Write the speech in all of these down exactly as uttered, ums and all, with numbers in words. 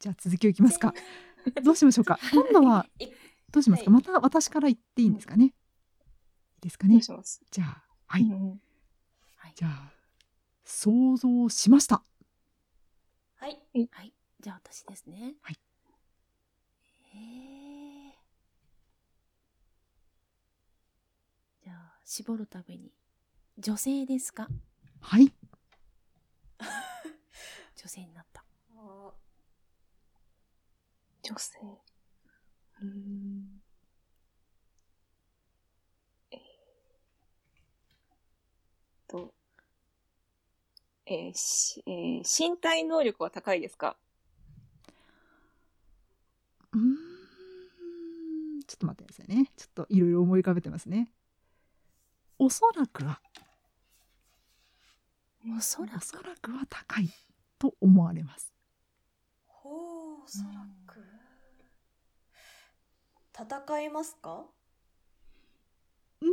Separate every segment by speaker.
Speaker 1: じゃあ続きをいきますか。どうしましょうか。今度はどうしますか。また私から言っていいんですかね。いいですかね。じゃあはい、うん、じゃあ想像しました。
Speaker 2: はいはい、じゃあ私ですね。はい。えー、じゃあ絞るために女性ですか。
Speaker 1: はい。
Speaker 2: 女性になった。
Speaker 3: 女性。うーん。えー、と、えーしえー、身体能力は高いですか。
Speaker 1: うーん。ちょっと待ってくださいね。ちょっといろいろ思い浮かべてますね。おそらくは。
Speaker 2: おそらく。
Speaker 1: おそらくは高いと思われます。
Speaker 4: ほう、おそらく。戦いますか。
Speaker 1: うーん。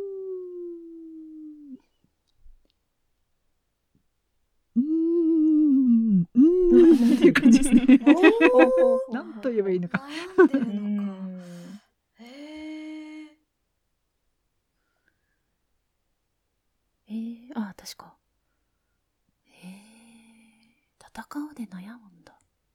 Speaker 1: うーん。うーんっていう感じですね。なんと言えばいいのか。
Speaker 4: 悩んでるのか。へえ。
Speaker 2: えー、あ、確か。へえ、戦うで悩むんだ。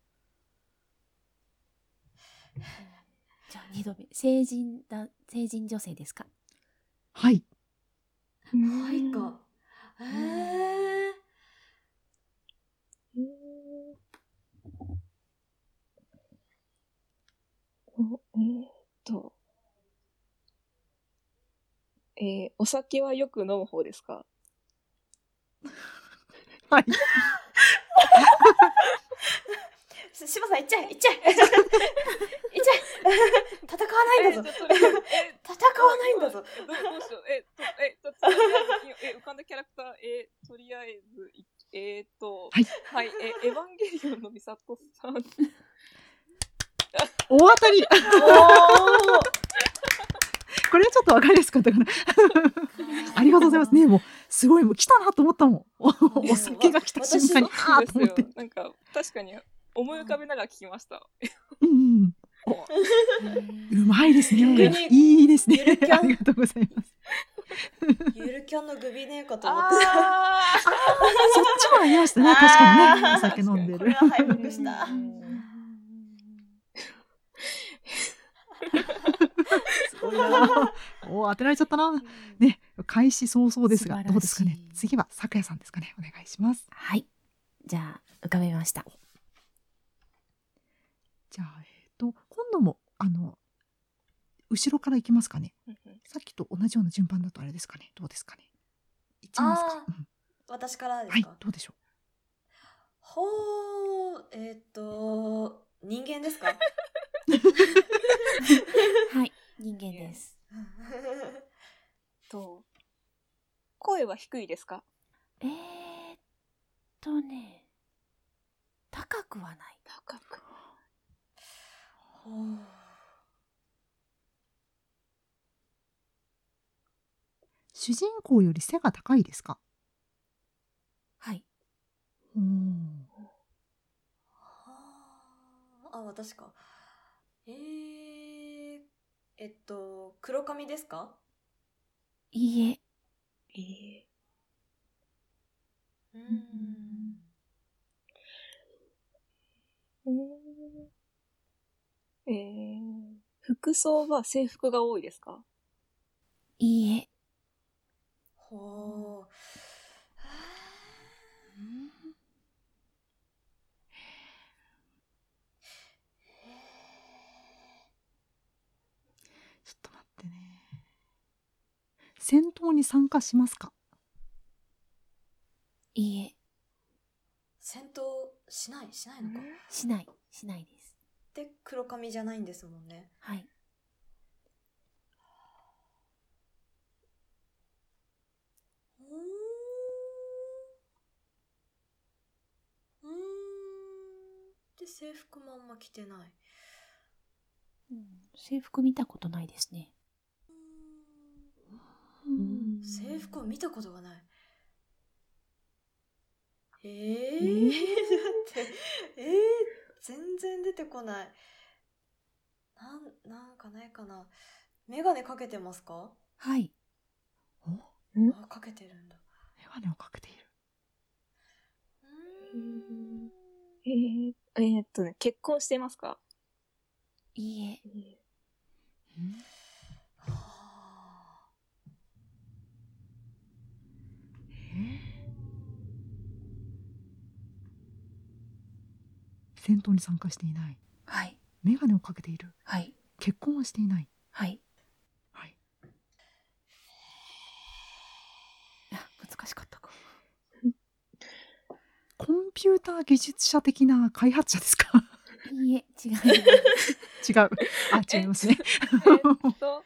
Speaker 2: じゃあにどめ、成人だ、成人女性ですか。
Speaker 1: はい。
Speaker 4: はいか。へえ。
Speaker 3: えー、っと、えー、お酒はよく飲む方ですか。
Speaker 1: はい。
Speaker 4: しばさん行っちゃえ行っちゃえ行っちゃえ戦わないんだぞ戦わないんだぞ。
Speaker 3: どうしよう。えとえとえ浮かんだキャラクターえとりあえずえー、っと
Speaker 1: はい
Speaker 3: はいえエヴァンゲリオンのミサトさん。
Speaker 1: 大当たり。これはちょっとわかりやすかったかな。ありがとうございますね。もうすごいもう来たなと思ったもん。お酒が来た瞬間にあーと思って。
Speaker 3: なんか確かに思い浮かべながら聞きました。
Speaker 1: うんうん。うまいですね。いいですね。ありがとうございます。
Speaker 4: ゆるキャンのグビネーかと思って。
Speaker 1: ああ、そっちもありましたね。確かにね。お酒飲んでる。
Speaker 4: これは敗北した。
Speaker 1: すごいな。お当てられちゃったな。ね、開始早々ですがどうですかね。次は咲夜さんですかね。お願いします。
Speaker 2: はい。じゃあ浮かべました。
Speaker 1: じゃあえっと今度もあの後ろからいきますかね。さっきと同じような順番だとあれですかね。どうですかね。いっちゃいますか。
Speaker 4: うん、私からですか。
Speaker 1: はい、どうでしょう。
Speaker 4: ほー、えっと人間ですか。
Speaker 2: はい、人間です。
Speaker 3: と声は低いですか。
Speaker 2: えーっとね、高くはない。
Speaker 3: 高く。
Speaker 4: ほー。
Speaker 1: 主人公より背が高いですか。
Speaker 2: はい。
Speaker 1: おー。
Speaker 4: あ、私か。えー、えっと黒髪ですか。
Speaker 2: いいえ。
Speaker 3: いいえ。
Speaker 4: うーん。
Speaker 3: えー、服装は制服が多いですか。
Speaker 2: いいえ。
Speaker 4: ほー。
Speaker 1: ちょっと待ってね。戦闘に参加しますか。
Speaker 2: いいえ。
Speaker 4: 戦闘しないしないのか。
Speaker 2: しないしないです。
Speaker 4: で黒髪じゃないんですもんね。
Speaker 2: はい。
Speaker 4: うーん。うーん。で制服もあんま着てない。
Speaker 2: うん、制服見たことないですね。
Speaker 4: うん、制服を見たことがない。えー、えー、だってえ全然出てこない。なん、なんかないかな。メガネかけてますか？
Speaker 2: はい。
Speaker 1: お、
Speaker 4: あ、かけてるんだ。
Speaker 1: メガネをかけている。
Speaker 3: うーんえー、えーっとね、結婚してますか？
Speaker 2: いいえ。
Speaker 1: うん
Speaker 4: はあ、
Speaker 1: えー戦闘に参加していない。
Speaker 2: はい。
Speaker 1: メガネをかけている。
Speaker 2: はい。
Speaker 1: 結婚はしていない。
Speaker 2: はい。
Speaker 1: はい。
Speaker 2: あ、難しかったか。
Speaker 1: コンピューター技術者的な開発者ですか？
Speaker 2: いいえ、違います。
Speaker 1: 違う。あ、違いますね。
Speaker 3: えっと、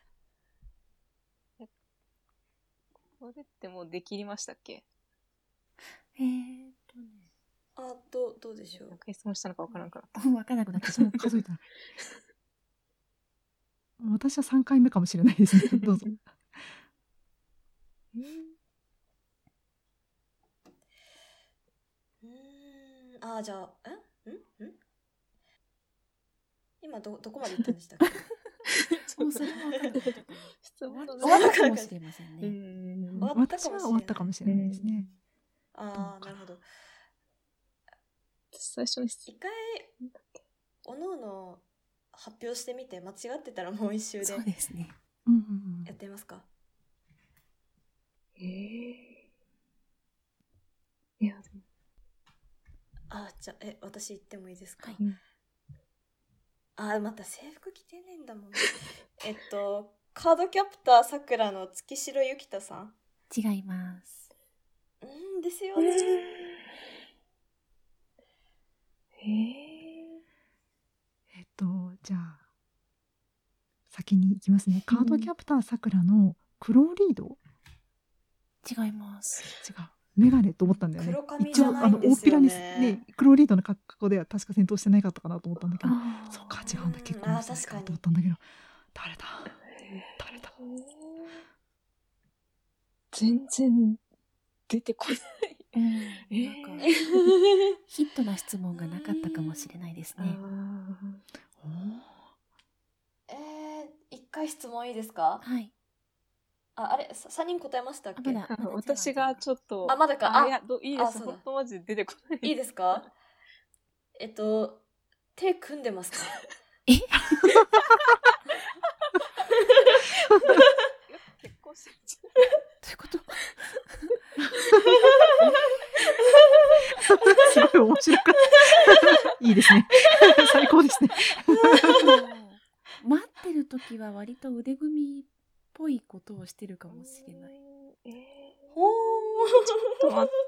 Speaker 3: えこれってもうできりましたっけ？
Speaker 2: えーっとね。
Speaker 4: あ、どう、どうでしょう。
Speaker 3: 何回質問したのかわからんから。
Speaker 2: もうわからなくなってし
Speaker 1: そ
Speaker 2: まう。
Speaker 1: う数えたら。私はさんかいめかもしれないですね。どうぞ。
Speaker 3: うん
Speaker 4: うーん、あ、じゃあ、えんんん今ど、どこまで行ったんでしたっけ？
Speaker 2: もうそれはわかんない。
Speaker 3: 質問の
Speaker 2: 終わったかもしれません
Speaker 3: う
Speaker 2: ね。
Speaker 3: ん
Speaker 4: 終わったかもしれない
Speaker 1: 私は終わったかもしれないですね。
Speaker 4: ああ、なるほど。
Speaker 3: 最初の質
Speaker 4: 一回、おのおの発表してみて、間違ってたらもう一周で
Speaker 2: そうですね。
Speaker 1: うんうん
Speaker 4: やってみますか。
Speaker 3: ええいや、でも、
Speaker 4: あ、じゃあ、え、私言ってもいいですか？
Speaker 2: はい
Speaker 3: うん
Speaker 4: あ、また制服着てねえんだもん。えっと、カードキャプターさくらの月城ゆきたさん。
Speaker 2: 違います。
Speaker 4: うんですよね。
Speaker 3: ええ
Speaker 1: えっとじゃあ先に行きますね。カードキャプターさくらのクローリード、
Speaker 2: 違います。
Speaker 1: 違う、メガネと思ったんだよね。
Speaker 4: 黒髪
Speaker 1: 一応
Speaker 4: じゃないんですよね。
Speaker 1: あの大っぴらにねクローリードの格好では確か戦闘してないかったかなと思ったんだけど、
Speaker 2: ああ。
Speaker 1: そうか違うんだ、
Speaker 4: うん
Speaker 1: 結婚してないかなと思ったんだけど、誰だ誰だ。
Speaker 3: 全然出てこない。
Speaker 2: うん。
Speaker 3: え
Speaker 2: なんか、
Speaker 3: ー
Speaker 2: ヒットな質問がなかったかもしれないですね。
Speaker 1: おー
Speaker 4: えー、一回質問いいですか？
Speaker 2: はい。
Speaker 4: あ、あれ、ささんにん答えましたっけ？
Speaker 2: あまだ
Speaker 3: あの私がちょっと、
Speaker 4: あまだかあ
Speaker 3: いや、どいいです。
Speaker 4: あそうだ
Speaker 3: 本当マジで出てこない。
Speaker 4: いいですか？えっと、手組んでますか？
Speaker 2: え
Speaker 3: 結婚してる。
Speaker 2: どういうこと
Speaker 1: すごい面白かったいいですね最高ですね
Speaker 2: 待ってる時は割と腕組みっぽいことをしてるかもしれない。
Speaker 3: えー、
Speaker 4: ほー
Speaker 3: ちょっと待って。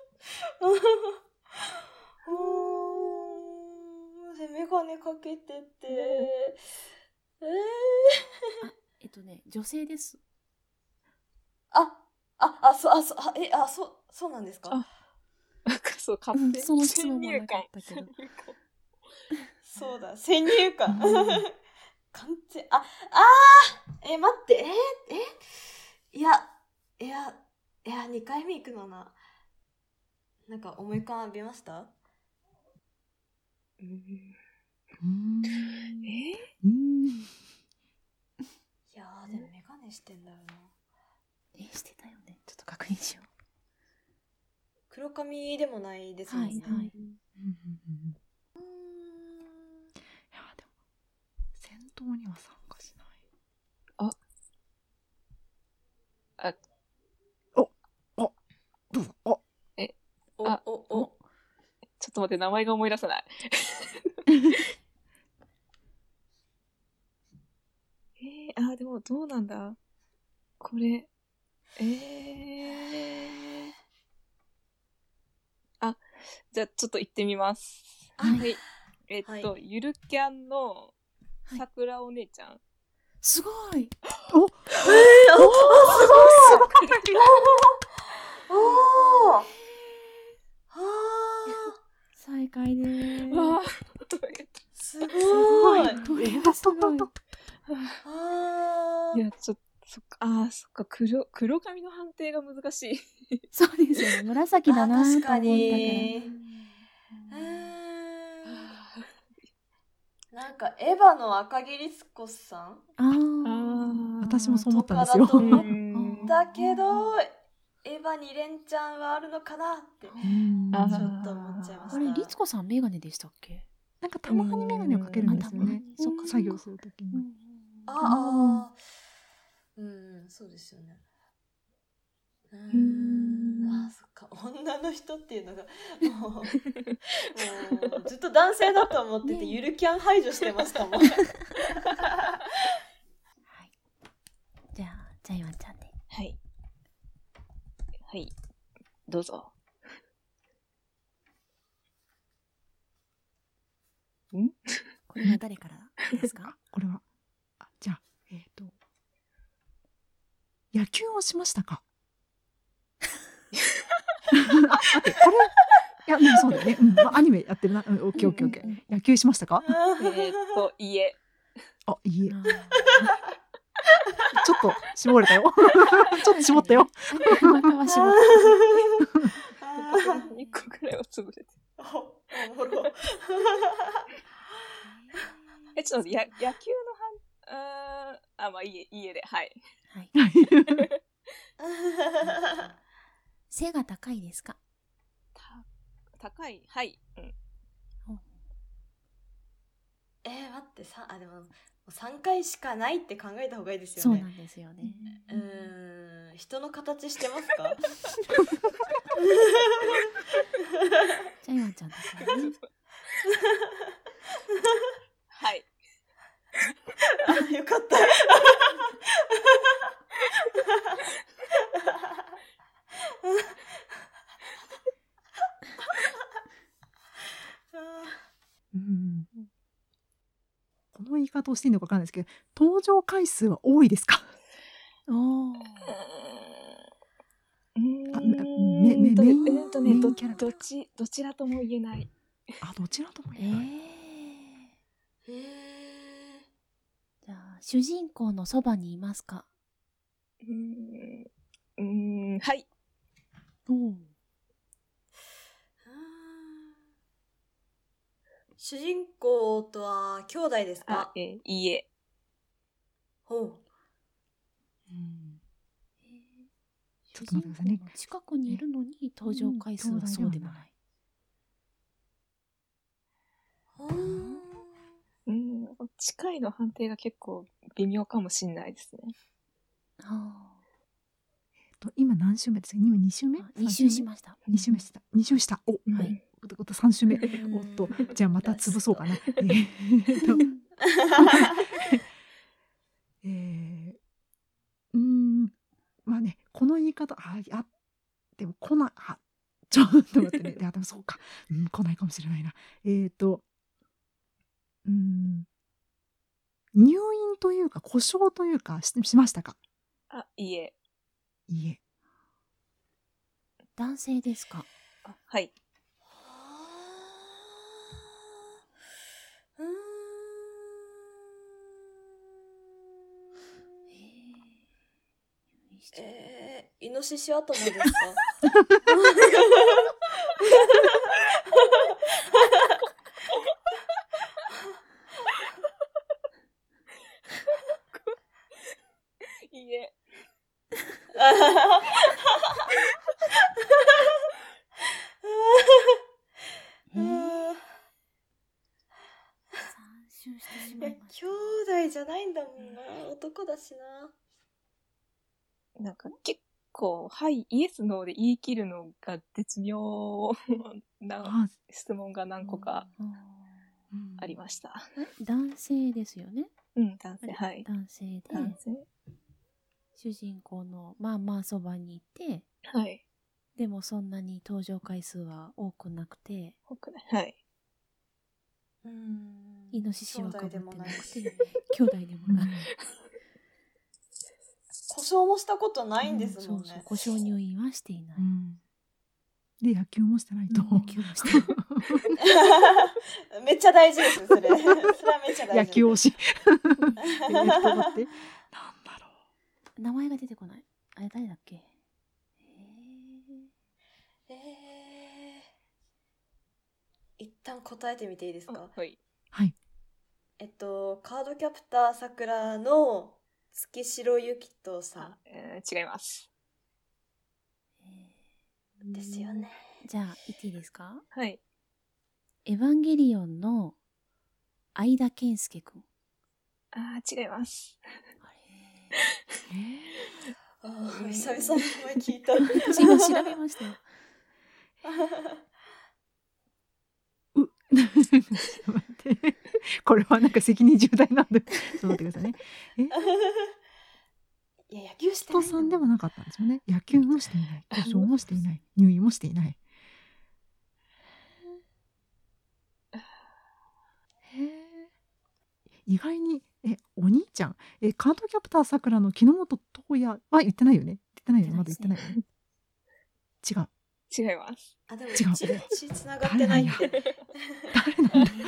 Speaker 4: ほーで、メガネかけてて、えー、
Speaker 2: あ、えっとね、女性です。
Speaker 4: あ、あ、あ、そう、あ、そう、あ、え、あ、そう、そうなんですか？
Speaker 3: あなんかそう、勝手に
Speaker 2: うんその質問もなか
Speaker 3: 先入観
Speaker 2: ったけど。
Speaker 3: 先入観
Speaker 4: そうだ、先入観。
Speaker 1: うん
Speaker 4: 完全、あ、あーえ、待って、えー、えいや、いや、いや、にかいめ行くのな。なんか思い浮かびました？
Speaker 3: うん
Speaker 1: うん
Speaker 3: え
Speaker 1: うん
Speaker 4: いやー、でもメガネしてんだよな。
Speaker 2: え、してたよね。ちょっと確認しよう。
Speaker 4: 黒髪でもないですもんね。
Speaker 2: はいはい。
Speaker 1: うんうんうん
Speaker 4: うーん
Speaker 1: いやでも戦闘には参加しない。
Speaker 3: あ、
Speaker 1: おおどうぞ。お
Speaker 4: お、
Speaker 3: あ
Speaker 4: お、お、
Speaker 3: ちょっと待って、名前が思い出せない。えー、あ、でもどうなんだこれ、えー、あ、じゃあちょっと行ってみます。
Speaker 4: はい
Speaker 3: はい。えっと、
Speaker 4: は
Speaker 3: ゆるキャンの
Speaker 2: はい
Speaker 3: さくらお姉ちゃん。
Speaker 2: すごい。
Speaker 1: お
Speaker 4: お、お、すごいおーは
Speaker 2: 再開でーす。
Speaker 3: わあ、
Speaker 4: ーす
Speaker 1: す
Speaker 4: ご
Speaker 1: ごい
Speaker 4: い
Speaker 2: これはすごい。
Speaker 4: あー
Speaker 3: いや、ちょっと、そっか、あー、そっか、黒、黒髪の判定が難しい。
Speaker 2: そうですよね。紫だなーと思ったから。
Speaker 4: あ確かに
Speaker 2: うん
Speaker 4: うーんなんかエヴァの赤木律子さん
Speaker 2: あ
Speaker 1: あ、私もそう思ったんですよ。
Speaker 4: とかだと思ったけど、エヴァにレンちゃんはあるのかなってちょっと思っちゃいました。
Speaker 2: あれ、律子さんメガネでしたっけ？
Speaker 1: なんかたまにメガネをかけるんですよね。そっか、作業するときに。
Speaker 4: ああ、うん、そうですよね。うーん、あ、そっか、女の人っていうのがもう、もうずっと男性だと思ってて、ゆるキャン排除してましたもん。はい。
Speaker 2: じゃあ、ジャイワンちゃんで。
Speaker 3: はい。はい。どうぞ。ん
Speaker 2: これは誰からですか？
Speaker 1: これは。あ、じゃあ、えっと、野球をしましたか？あ、待って、これ、いや、でもそうだよね。うん、まあ、アニメやってるな。うん、オッケーオッケーオッケー。野球しましたか？
Speaker 3: えっと、いいえ。
Speaker 1: あ、いいえ。ちょっと絞れたよ。ちょっと絞ったよ。
Speaker 2: または絞った。
Speaker 3: いっこくらいは潰れて。
Speaker 4: おもろ。
Speaker 3: え、ちょっとや野球のはん、あ、まあいいえ、いいえで、はい。
Speaker 2: はい。背が高いですか？
Speaker 3: た高い、はい。うん。
Speaker 4: えー、待って、さ、あ、でも、さんかいしかないって考えた方がいいですよね。
Speaker 2: そうなんですよね。
Speaker 4: うーん、人の形してますか？
Speaker 2: ジャイワンちゃんですよね。
Speaker 3: はい。
Speaker 4: あ、よかった。
Speaker 1: うん、この言い方をしていいのかわかんないですけど、登場回数は多いですか？
Speaker 2: おー。
Speaker 3: うーん。
Speaker 1: あ、め、め、め、メイン、
Speaker 3: えっとね、ど、
Speaker 1: メインキャラクター
Speaker 3: どっち、どちらとも言えない。
Speaker 1: あ、どちらとも
Speaker 2: え
Speaker 1: 言えない。
Speaker 2: ー。
Speaker 4: へー。
Speaker 2: じゃあ、主人公のそばにいますか？
Speaker 3: うーん。うーん、はい。
Speaker 2: おー。
Speaker 4: 主人公とは兄弟です
Speaker 3: あ
Speaker 4: か？、
Speaker 3: えー、いいえ。
Speaker 4: ほう。
Speaker 1: うん、ちょ
Speaker 2: 主
Speaker 1: っと待ってくださいね。
Speaker 2: 人公の近くにいるのに登場回数はそうでもない。
Speaker 3: うん、近いの判定が結構微妙かもしれないですね。
Speaker 2: あ
Speaker 1: えっと、今何週目ですか？今に週目？
Speaker 2: あ、に周しました。
Speaker 1: に週目した。に週した。お、
Speaker 2: はい。
Speaker 1: おっと、おっと、さん週目。おっと、じゃあまた潰そうかな。えーっと、えー、うーん、まあね、この言い方、あ、いや、でも来ない、あ、ちょっと待ってね。いや、でもそうか。うん、来ないかもしれないな。えーっと、うーん、入院というか、故障というか、し、しましたか？
Speaker 3: あ、いいえ。
Speaker 1: いいえ。
Speaker 2: 男性ですか？
Speaker 3: あ、はい。
Speaker 4: うーん。えー、イノシシ頭ですか？
Speaker 3: いいえ。
Speaker 2: 三周してしまいました。
Speaker 4: 兄弟じゃないんだもんな。男だしな。
Speaker 3: なんか結構、はい、イエス、ノーで言い切るのが絶妙な
Speaker 1: あ、
Speaker 3: 質問が何個か
Speaker 1: うん
Speaker 3: ありました。
Speaker 2: 男性ですよね。
Speaker 3: うん、男性、はい。
Speaker 2: 男性で、
Speaker 3: 男性。
Speaker 2: 主人公のまあまあそばにいて、
Speaker 3: はい。
Speaker 2: でもそんなに登場回数は多くなくて、
Speaker 3: 多くない。はい。
Speaker 4: うーん。
Speaker 2: イノシシはかぶってなく
Speaker 4: 兄弟でもないし。
Speaker 2: て、兄弟でもない。
Speaker 4: 故障もしたことないんですもんね。
Speaker 2: そうそう、故障入院はしていない。
Speaker 1: うん、で、野球もしてないと。
Speaker 2: 野球もしてない。
Speaker 4: めっちゃ大事ですね、それ。それはめっちゃ大事。
Speaker 1: 野球推し。えーっと、待って。なんだろう。
Speaker 2: 名前が出てこない。あれ誰だっけ？
Speaker 4: えー、一旦答えてみていいですか？
Speaker 3: はい。
Speaker 1: はい。
Speaker 4: えっと、カードキャプターさくらの月城ゆきとさん。
Speaker 3: えー、違います。
Speaker 4: ですよね。
Speaker 2: じゃあ、言っていいですか？
Speaker 3: はい。
Speaker 2: エヴァンゲリオンの相田健介くん。
Speaker 3: あー、違います。
Speaker 2: あれ
Speaker 4: あー、久々に名前聞いた。
Speaker 2: 私今調べましたよ。
Speaker 1: う、ちょっと待って。これはなんか責任重大なんで、ちょっと待ってくださいね。え
Speaker 4: いや、野球してない
Speaker 1: 人さんではなかったんですよね。野球もしていない。故障もしていない。入院もしていない。へえ。意外に、え、お兄ちゃん、え、カードキャプターさくらの木之本東也は言ってないよね。言ってないよね。まだ言ってないよね。違う。
Speaker 3: 違います。
Speaker 4: あ、でも、
Speaker 1: 違う
Speaker 4: 血、血繋がってないって。
Speaker 1: 誰なんだ。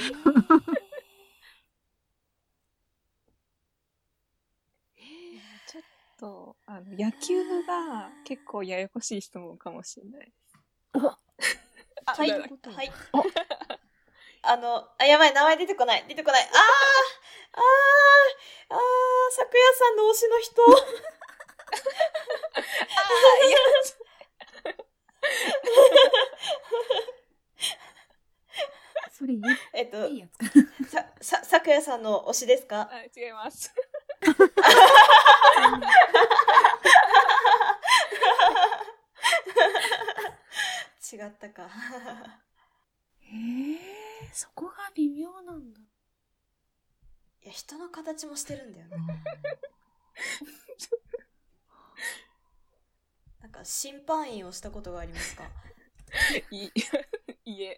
Speaker 3: ちょっと、あの、野球が結構ややこしい質問かもしれないです。
Speaker 4: あ、はい、
Speaker 3: 違う
Speaker 4: はい。あの、あ、やばい、名前出てこない、出てこない。あーあーあー、さくやさんの推しの人。
Speaker 3: あー、いや、
Speaker 2: それ言
Speaker 4: えっと
Speaker 2: いいやつか
Speaker 4: さ、さ、さくやさんの推しですか？
Speaker 3: あ、違います。
Speaker 4: 違ったか。
Speaker 2: へえ、そこが微妙なんだ。
Speaker 4: いや、人の形もしてるんだよね。なんか審判員をしたことがありますか？
Speaker 3: い、いえ。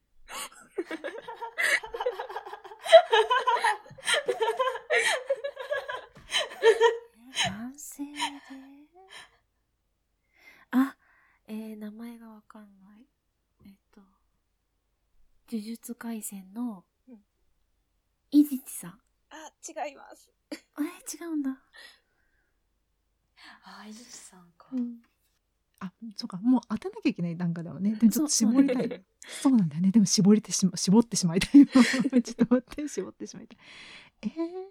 Speaker 2: 男性であ、えー、名前がわかんない。えっと呪術廻戦の伊地知さん。
Speaker 3: あ、違います。
Speaker 2: あれ違うんだ。
Speaker 4: あー、伊地知さんか。
Speaker 2: うん、
Speaker 1: あ、そうか、もう当てなきゃいけない段階だわね。でもちょっと
Speaker 2: そう
Speaker 1: 絞りたい。そうなんだよね。でも絞りてしま、絞ってしまいたい。ちょっと待って、絞ってしまいたい。えー、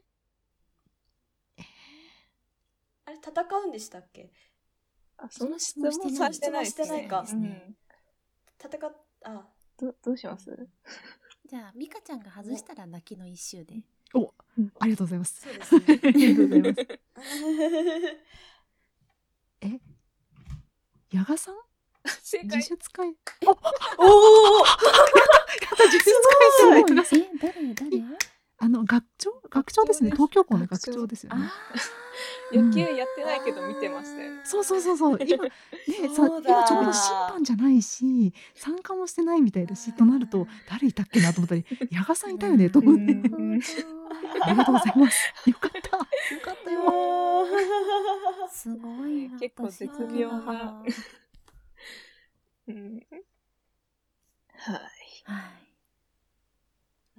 Speaker 4: あれ、戦うんでしたっけ？
Speaker 3: あ、その質問されてない
Speaker 4: 質問してないか
Speaker 2: ですね。
Speaker 4: 戦っ、あ、
Speaker 3: ど、どうします？
Speaker 2: じゃあミカちゃんが外したら泣きの一周で。
Speaker 1: お、ありがとうございます。
Speaker 4: そうですね。
Speaker 1: ありがとうございます。え、ヤガさん？
Speaker 3: 正解。
Speaker 1: 呪術廻。
Speaker 4: おおお
Speaker 1: やった呪術廻戦のヤガさん。
Speaker 2: え、誰誰？
Speaker 1: あの学長学長ですね。東京校の学長ですよね。
Speaker 3: 野球やってないけど見てましたよ。
Speaker 1: そうそうそうそう。今ね、さ
Speaker 4: そうだ
Speaker 1: 今ちょうど審判じゃないし、参加もしてないみたいだし、となると誰いたっけなと思ったり、ヤガさんいたよねと思って。ありがとうございます。よかった。よかったよ。
Speaker 2: すごいな。
Speaker 3: 結構絶妙な。うん、はい。
Speaker 2: はい。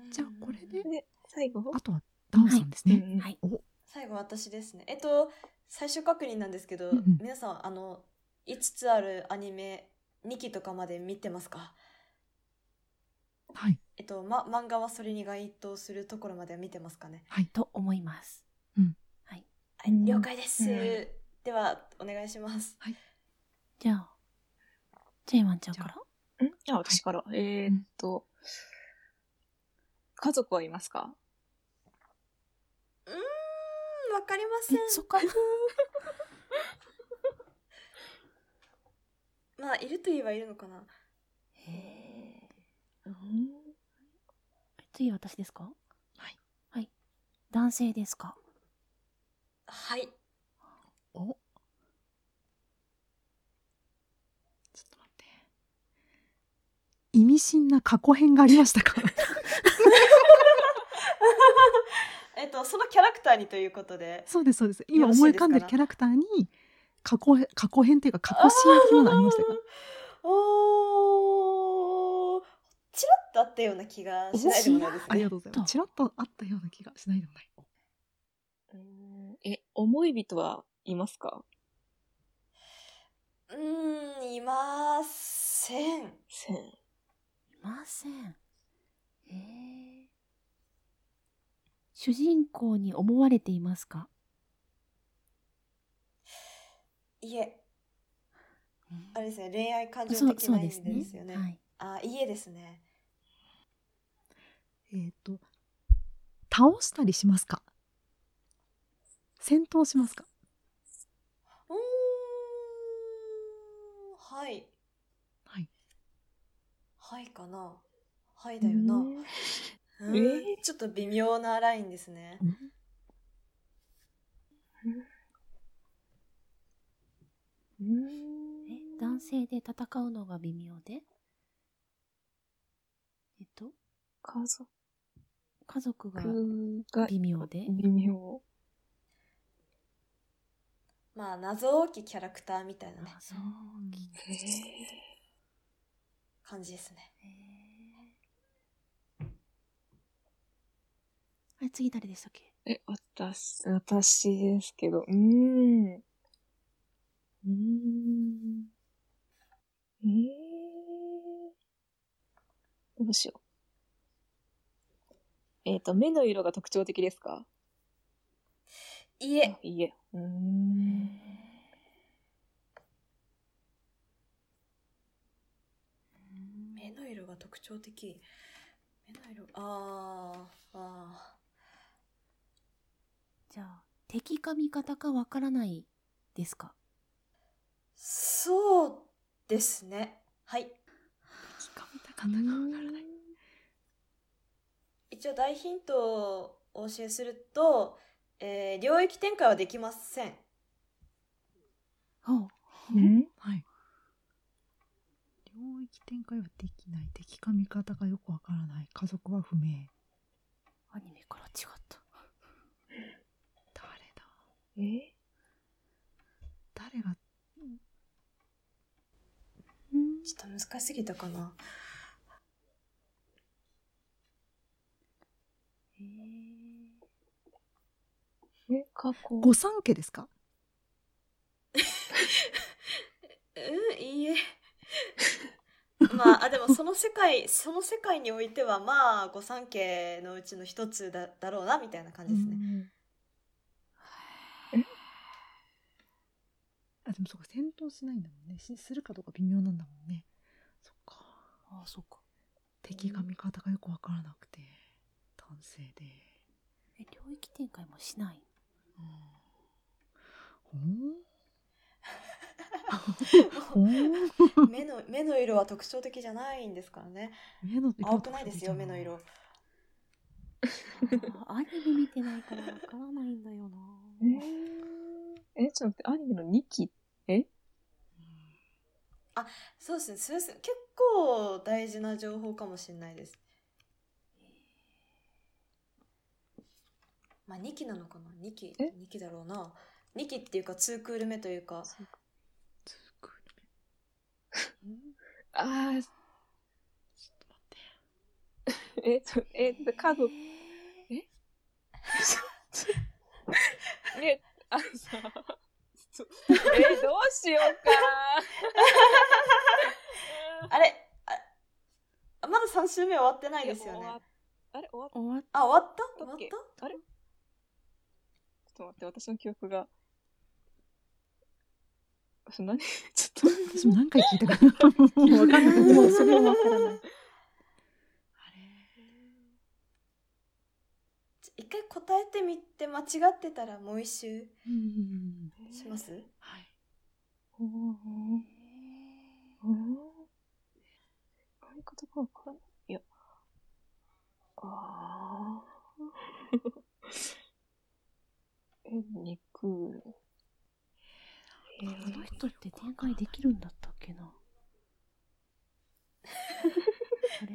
Speaker 1: じゃあこれで、
Speaker 3: で最後
Speaker 1: あとはダンさんですね。
Speaker 2: はい。
Speaker 1: お、
Speaker 4: 最後私ですね。えっと、最終確認なんですけど、
Speaker 1: うんうん
Speaker 4: 皆さん、あの、いつつあるアニメ、にきとかまで見てますか？
Speaker 1: はい
Speaker 4: えっと、ま、漫画はそれに該当するところまでは見てますかね？
Speaker 1: はい
Speaker 2: と思います。
Speaker 4: はい、
Speaker 3: うん
Speaker 4: 了解です。
Speaker 3: うん
Speaker 4: では、お願いします。
Speaker 2: じゃあ、ジェイマンちゃんから。
Speaker 3: んあ、私から。えーっと、家族はいますか？
Speaker 4: うーん、わかりません。
Speaker 2: え、そっか。
Speaker 4: まあ、いると言えばいるのかな。
Speaker 2: へえ。
Speaker 3: うん
Speaker 2: 次私ですか？
Speaker 1: はい
Speaker 2: はい。男性ですか？
Speaker 4: はい。
Speaker 1: お。ちょっと待って。意味深な過去編がありましたか？
Speaker 4: えっと、そのキャラクターにということで。
Speaker 1: そうですそうです。今
Speaker 4: よろしい
Speaker 1: 思い浮
Speaker 4: ですかな
Speaker 1: かんでるキャラクターに過去へ過去編っていうか過去シーン的なものありましたか？
Speaker 4: おー、ちらっとあったような気がしないでもないですね。
Speaker 1: ありがとうございます。ちらっとあったような気がしないでもない。
Speaker 3: うんえ、思い人はいますか？
Speaker 4: うーん、いません。
Speaker 3: せん。
Speaker 2: いません。へえ。 主人公に思われていますか？
Speaker 4: いえ。あれですね、恋愛感情
Speaker 2: そう、
Speaker 4: 的
Speaker 2: そうで
Speaker 4: な意味でです
Speaker 2: すね。
Speaker 4: よね。
Speaker 2: はい。
Speaker 4: あ、いえですね。
Speaker 1: えっと、倒したりしますか？戦闘しますか？
Speaker 4: うーん、はい。
Speaker 1: はい。
Speaker 4: はいかな。はいだよな。うーん、
Speaker 3: えー
Speaker 4: ちょっと微妙なラインですね。
Speaker 1: うん
Speaker 2: え、男性で戦うのが微妙で、えっと、
Speaker 3: 家族
Speaker 2: 家族が
Speaker 3: が
Speaker 2: 微妙で、
Speaker 3: 微妙。
Speaker 4: まあ、謎多きキャラクターみたいなね、
Speaker 2: あ、そう、
Speaker 3: へえ。
Speaker 4: 感じですね。
Speaker 2: あれ、次誰でしたっけ？
Speaker 3: え、私、私ですけど、うーん。うーん。えー、どうしよう。えっ、と、目の色が特徴的ですか？
Speaker 4: いえ。
Speaker 3: いいえ。うーん。
Speaker 4: 目の色が特徴的。目の色、あー、あ
Speaker 2: じゃあ、敵か味方かわからないですか？
Speaker 4: ー。そうですね。はい。
Speaker 1: 敵か味方かわからない。
Speaker 4: 一応大ヒントをお教えすると、えー領域展開はできません。
Speaker 2: ほう。
Speaker 3: うん
Speaker 1: はい。領域展開はできない。敵か味方がよくわからない。家族は不明。
Speaker 2: アニメから違った。
Speaker 1: 誰だ
Speaker 3: え
Speaker 1: 誰が、
Speaker 2: うん。
Speaker 4: ちょっと難しすぎたかな。
Speaker 2: へ
Speaker 3: え、過去。
Speaker 1: 御三家ですか？
Speaker 4: うん、いいえ。まあ、あ、でもその世界、その世界においては、まあ、御三家のうちの一つだだろうな、みたいな感じですね。
Speaker 1: あ、でもそうか、戦闘しないんだもんね。しするかどうか微妙なんだもんね。そっか。
Speaker 2: ああ、そうか。
Speaker 1: 敵が味方がよくわからなくて、男性で。
Speaker 2: え、領域展開もしない。
Speaker 1: ほーほー
Speaker 4: 目の、目の色は特徴的じゃないんですからね。
Speaker 1: 目の色
Speaker 4: 青くないですよ、目の色。
Speaker 2: あアニメ見てないからわからないんだよな。
Speaker 3: えー、え、ちょっと待って、アニメのにき、え
Speaker 4: そうですね、それです結構大事な情報かもしれないです。まあ、にきなのかな ?に 期、
Speaker 3: え
Speaker 4: にきだろうな。にきっていうか、にクール目というか。
Speaker 3: あー、
Speaker 1: ちょっと待って。
Speaker 3: え、ちょ、え、家族、ええ、あのさ、ちょえ、どうしようか
Speaker 4: あれあまださん週目終わってないですよね。
Speaker 3: あれ終わっ
Speaker 2: 終わっ
Speaker 4: あ、終わった
Speaker 3: たっけ
Speaker 4: 終わっ
Speaker 3: あれちょっと待って、私の記憶が。そ何ちょっと。
Speaker 1: 私も何回聞いたかな。もうわかんない。
Speaker 2: もうそれはわからない。
Speaker 1: あれ
Speaker 4: た一回答えてみて間違ってたらもう一周
Speaker 1: うん
Speaker 4: します
Speaker 1: はい。
Speaker 3: おーおー髪型がわからない。いや。あー。え、ニクール。
Speaker 2: あの人って展開できるんだったっけな。あれ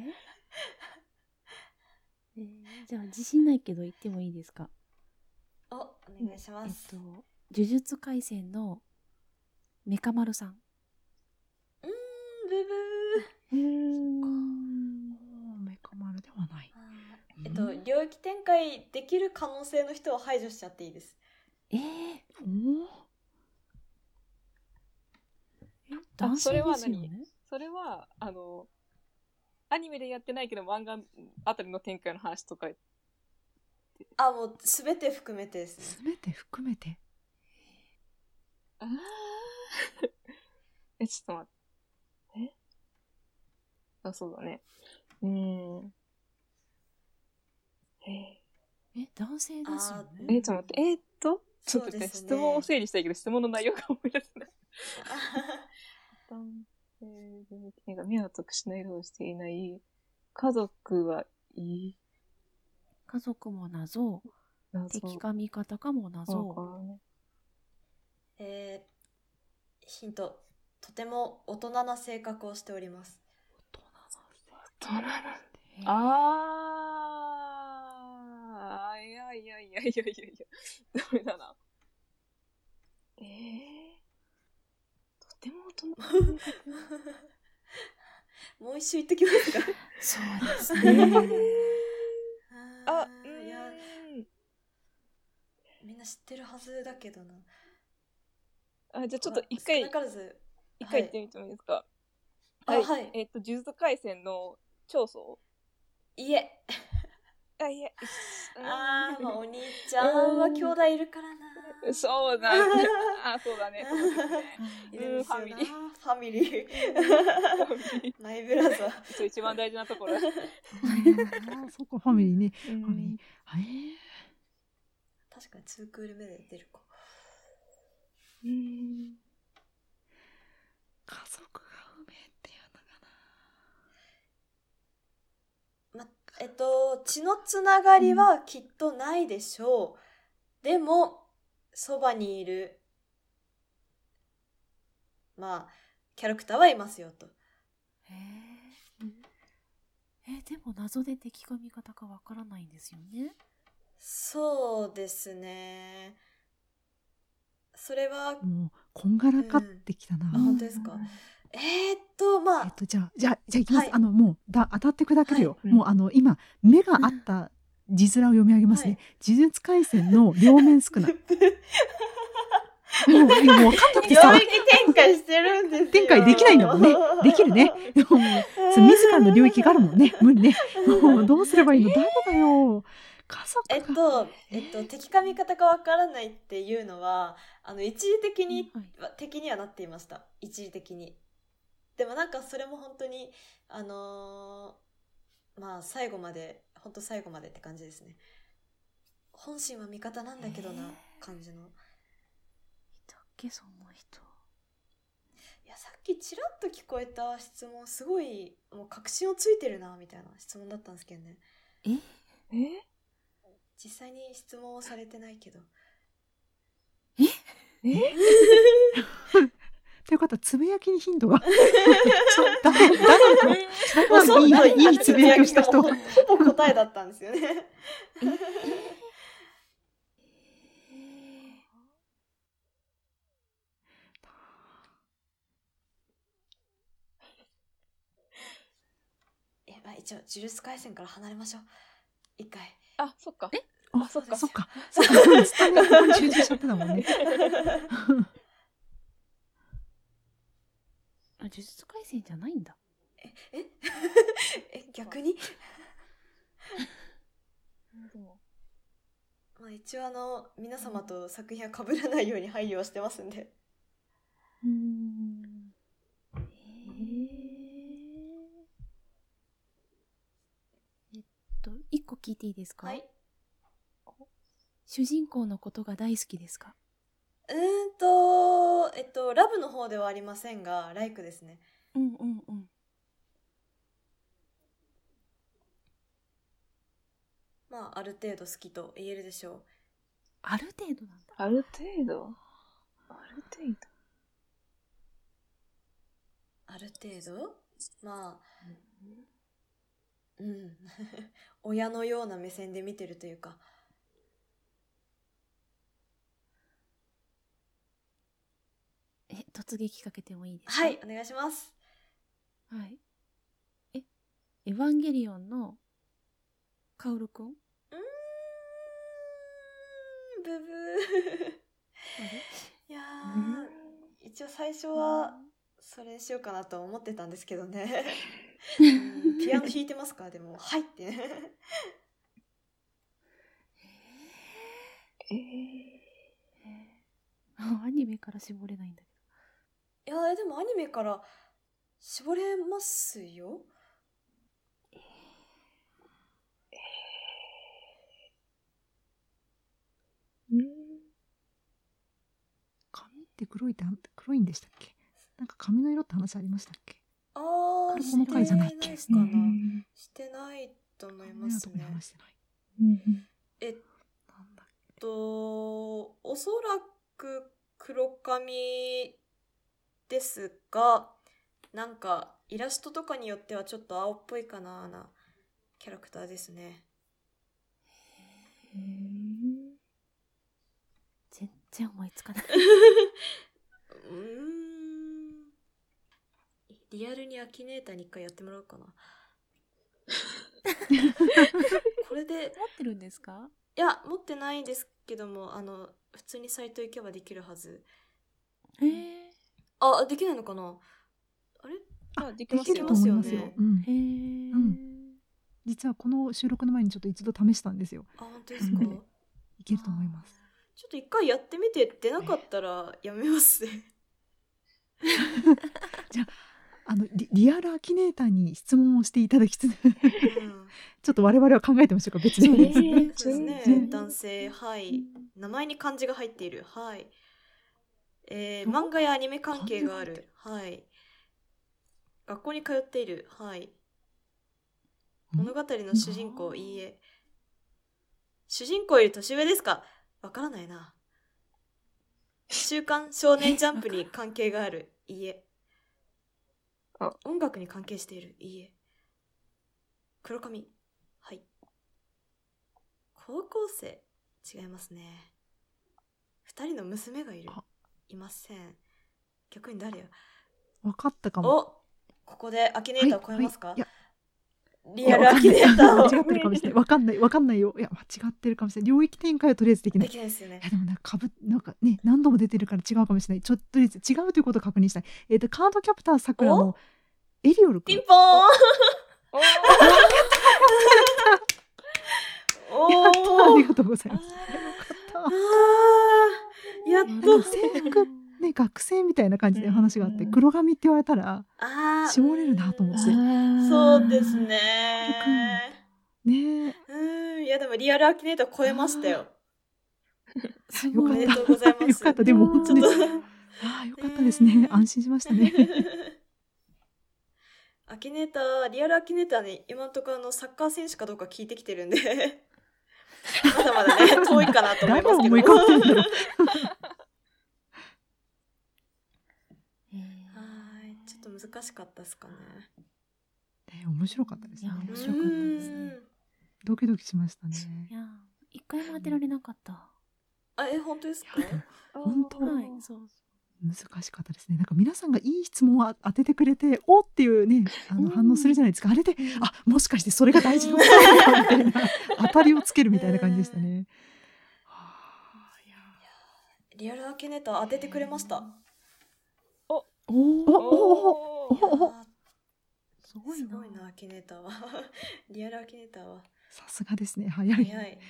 Speaker 2: えー、じゃあ自信ないけど言ってもいいですか？
Speaker 4: お、お願いしま
Speaker 2: えっ
Speaker 4: す。
Speaker 2: と、呪術廻戦のメカ丸さん。
Speaker 4: うーん、ブブー。
Speaker 3: うーん。
Speaker 1: もうメカ丸ではない。
Speaker 4: えっと、領域展開できる可能性の人を排除しちゃっていいです。
Speaker 2: えー、
Speaker 1: お
Speaker 2: え男性ですよ
Speaker 3: それは何
Speaker 2: ね。
Speaker 3: それは、あの、アニメでやってないけど漫画あたりの展開の話とかでて。
Speaker 4: あ、もうすべて含めてですね。
Speaker 1: すべて含めて。
Speaker 3: あーえ、ちょっと待って。えあ、そうだね。うーん。え
Speaker 2: え、男性ですよね。
Speaker 3: ー、え、ちょっと待って。えー、っと、ちょっと待って、
Speaker 4: そうですね
Speaker 3: 質問を整理したいけど、質問の内容が思い出せない。男性でが目を得しない色をしていない。家族はいい。
Speaker 2: 家族も謎、敵か味方かも謎。
Speaker 3: ね、
Speaker 4: えー、ヒント。とても大人な性格をしております。
Speaker 3: 大人なあー、いやいやいやいやいやいや、ダメだな。えー、とても大人な性格。
Speaker 4: もう一周言ってきますか。
Speaker 2: そうですね。
Speaker 3: あ、
Speaker 4: いや、みんな知ってるはずだけどな。
Speaker 3: あ、じゃあちょっと一回、
Speaker 4: 少なからず
Speaker 3: 一回言ってみてもいいですか。
Speaker 4: はい。はい、
Speaker 3: えっと、呪術廻戦の長宗
Speaker 4: いえ。
Speaker 3: あ、いえ。
Speaker 4: あー、まあ、お兄ちゃんは兄弟いるからな。
Speaker 3: そうだね。あ、そうだね。
Speaker 4: いるんですよな。ファミリー。ファミリー。マイブラザー。
Speaker 3: そう、一番大事なところ。
Speaker 1: あ、そっか、ファミリーね。ファミリー。はい。
Speaker 4: 確かにツークール目で出るか。
Speaker 1: うん。家族が不明っていうのか
Speaker 4: な。ま、えっと、血のつながりはきっとないでしょう。うん、でも、そばにいる、まあ、キャラクターはいますよと。
Speaker 2: へえ。え、でも謎で敵か味方かわからないんですよね。
Speaker 4: そうですね。それは
Speaker 1: もうこんがらかってきたな。
Speaker 4: うん、あ、本当ですか。えー、っとまあ、
Speaker 1: えっとじゃあじゃあじゃあいきます。
Speaker 4: はい、
Speaker 1: あのもうだ当たって砕けるよ。
Speaker 4: はい、
Speaker 1: もうあの今目があった字面を読み上げますね。はい、呪術廻戦の両面宿儺。もうもう分かんなくてさ。
Speaker 4: 領域展開してるんですよ。
Speaker 1: 展開できないんだもんね。できるね。でももう自らの領域があるもんね。無理ね。もうどうすればいいの？誰だよ。家族が。
Speaker 4: えっと、えっと、敵か味方かわからないっていうのは、あの、一時的に、はい、敵にはなっていました。一時的に。でもなんかそれも本当に、あのー、まあ最後まで、本当最後までって感じですね。本心は味方なんだけどな、感じの。い
Speaker 2: たっけ、そんな人。
Speaker 4: いや、さっきちらっと聞こえた質問、すごい、もう確信をついてるな、みたいな質問だったんですけどね。
Speaker 2: え
Speaker 3: え
Speaker 4: 実際に質問をされてないけど。
Speaker 2: え
Speaker 3: え
Speaker 1: ということはつぶやきにヒントが誰誰のいいいいつぶやきをした人。
Speaker 4: ほぼ答えだったんですよね。え、まあ一応呪術廻戦から離れましょう。一回。
Speaker 3: あ、そっか。
Speaker 2: え、
Speaker 1: あ、そっかそっか。そっか。ずっとねここに集中しちゃってたもんね。
Speaker 2: あ、呪術廻戦じゃないんだ。
Speaker 4: え、え、え、逆にまあ一応あの皆様と作品は被らないように配慮はしてますんで。
Speaker 2: うーん。へえ。えっと一個聞いていいですか？
Speaker 4: はい。
Speaker 2: 主人公のことが大好きですか？
Speaker 4: うーんとえっとラブの方ではありませんがライクですね。
Speaker 2: うんうんうん。
Speaker 4: まあある程度好きと言えるでしょう。
Speaker 2: ある程度なんだ。
Speaker 3: ある程度ある程度
Speaker 4: ある程度まあうん、うん、親のような目線で見てるというか。
Speaker 2: え、突撃かけてもいいですか？
Speaker 4: はい、お願いします。
Speaker 2: はい。え、エヴァンゲリオンのカオルくん？う
Speaker 4: ーん、ブブー。いやー、一応最初はそれにしようかなと思ってたんですけどね。うん、ピアノ弾いてますか？でも、はいってね。
Speaker 3: え
Speaker 2: ー、アニメから絞れないんだ
Speaker 4: けど。いやでもアニメから絞れますよ。え
Speaker 3: ー、うん。
Speaker 1: 髪って黒いって黒いんでしたっけ？なんか髪の色って話ありましたっけ？
Speaker 4: ああ、
Speaker 1: この回じゃないっけ？
Speaker 4: してないかな。してないと思いますね。えっと、おそらく黒髪ですが、なんかイラストとかによってはちょっと青っぽいかななキャラクターですね。
Speaker 2: へー、全然思いつかない。
Speaker 4: うーん。リアルにアキネーターに一回やってもらおうかな。これで
Speaker 2: 持ってるんですか？
Speaker 4: いや、持ってないんですけども、あの普通にサイト行けばできるはず。
Speaker 2: へえ。
Speaker 4: あ、できないのかな。あれ？
Speaker 3: あ、できますよ。
Speaker 1: できると思いますよ。うん、
Speaker 2: へえ、
Speaker 1: うん。実はこの収録の前にちょっと一度試したんですよ。
Speaker 4: あ、本当ですか？
Speaker 1: いけると思います。
Speaker 4: ちょっと一回やってみて、出なかったらやめますね。
Speaker 1: じゃあ、あの リ, リアルアキネーターに質問をしていただきつつ、うん、ちょっと我々は考えてみましょうか。別に
Speaker 4: そうですね。男性、はい。名前に漢字が入っている、はい。えー、漫画やアニメ関係がある、はい。学校に通っている、はい。物語の主人公、いいえ。主人公より年上ですか？わからないな。週刊少年ジャンプに関係がある、いいえ。音楽に関係している、いいえ。黒髪、はい。高校生、違いますね。二人の娘がいる、いません。逆に誰や？
Speaker 1: わかったかも。
Speaker 4: お、ここでアキネーターを超えますか？
Speaker 1: はいはい、
Speaker 4: リアルアキネーターを
Speaker 1: 間違ってるかもしれない。わかんないわかんないよ。いや間違ってるかもしれない。領域展開はとりあえずできない。
Speaker 4: できないですよね。
Speaker 1: いやでもなんか株なんかね何度も出てるから違うかもしれない。ちょっととりあえず違うということを確認したい。えっ、ー、とカードキャプターさくらのエリオル君。
Speaker 4: ピンポーン。
Speaker 1: おーやったありがとうございます。よかった。
Speaker 4: あやっと
Speaker 1: 制服ね学生みたいな感じで話があって、黒髪って言われたら絞れるなと思って。
Speaker 4: そうですね。
Speaker 1: ね
Speaker 4: うん、いやでもリアルアキネーター超えましたよ。
Speaker 1: よかった。
Speaker 4: おめでとうございます。
Speaker 1: よかった。でも本当にああよかったですね。安心しましたね。
Speaker 4: アキネーター、リアルアキネーターに今のところのサッカー選手かどうか聞いてきてるんでまだまだね遠いかなと思いますけど。
Speaker 1: 誰を思い浮かべてるんだろう。
Speaker 4: はい、ちょっと難しかったですかね。
Speaker 1: えー、面白かったですね。
Speaker 2: 面白かったですね。
Speaker 1: ドキドキしましたね。
Speaker 2: いや、一回も当てられなかった。
Speaker 4: あ、え、本当ですか？
Speaker 1: 本当、
Speaker 2: はい、そう
Speaker 1: 難しかったですね。なんか皆さんがいい質問を当ててくれて、おっていうね、あの反応するじゃないですか。あれで、あ、もしかしてそれが大事なことなのかみたいな当たりをつけるみたいな感じでしたね。は
Speaker 4: あ、いやリアルアキネーター当ててくれました。
Speaker 3: お、
Speaker 1: おおおおお。
Speaker 4: すごいな、すごいなアキネーターは。リアルアキネーターは。
Speaker 1: さすがですね。早い。
Speaker 4: 早い。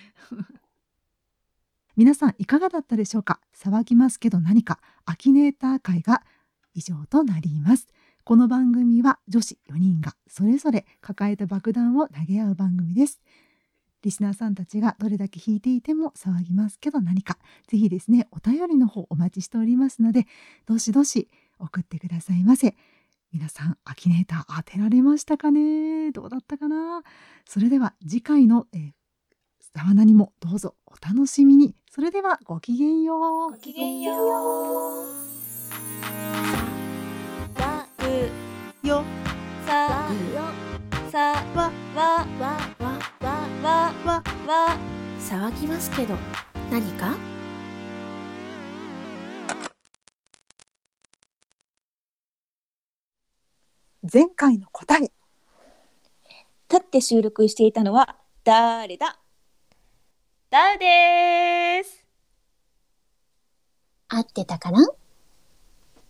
Speaker 1: 皆さんいかがだったでしょうか。騒ぎますけど何かアキネーター会が以上となります。この番組は女子よにんがそれぞれ抱えた爆弾を投げ合う番組です。リスナーさんたちがどれだけ弾いていても騒ぎますけど何か、ぜひですねお便りの方お待ちしておりますので、どしどし送ってくださいませ。皆さんアキネーター当てられましたかね。どうだったかな。それでは次回の、えーさわなにもどうぞお楽しみに。それではごきげんよう。
Speaker 4: ごきげんよう。わうよさよさわわわわわわわわ
Speaker 2: 騒ぎますけど何か。
Speaker 1: 前回の答え。
Speaker 5: 立って収録していたのは誰だ？
Speaker 4: ダウです。
Speaker 5: 合ってたかな？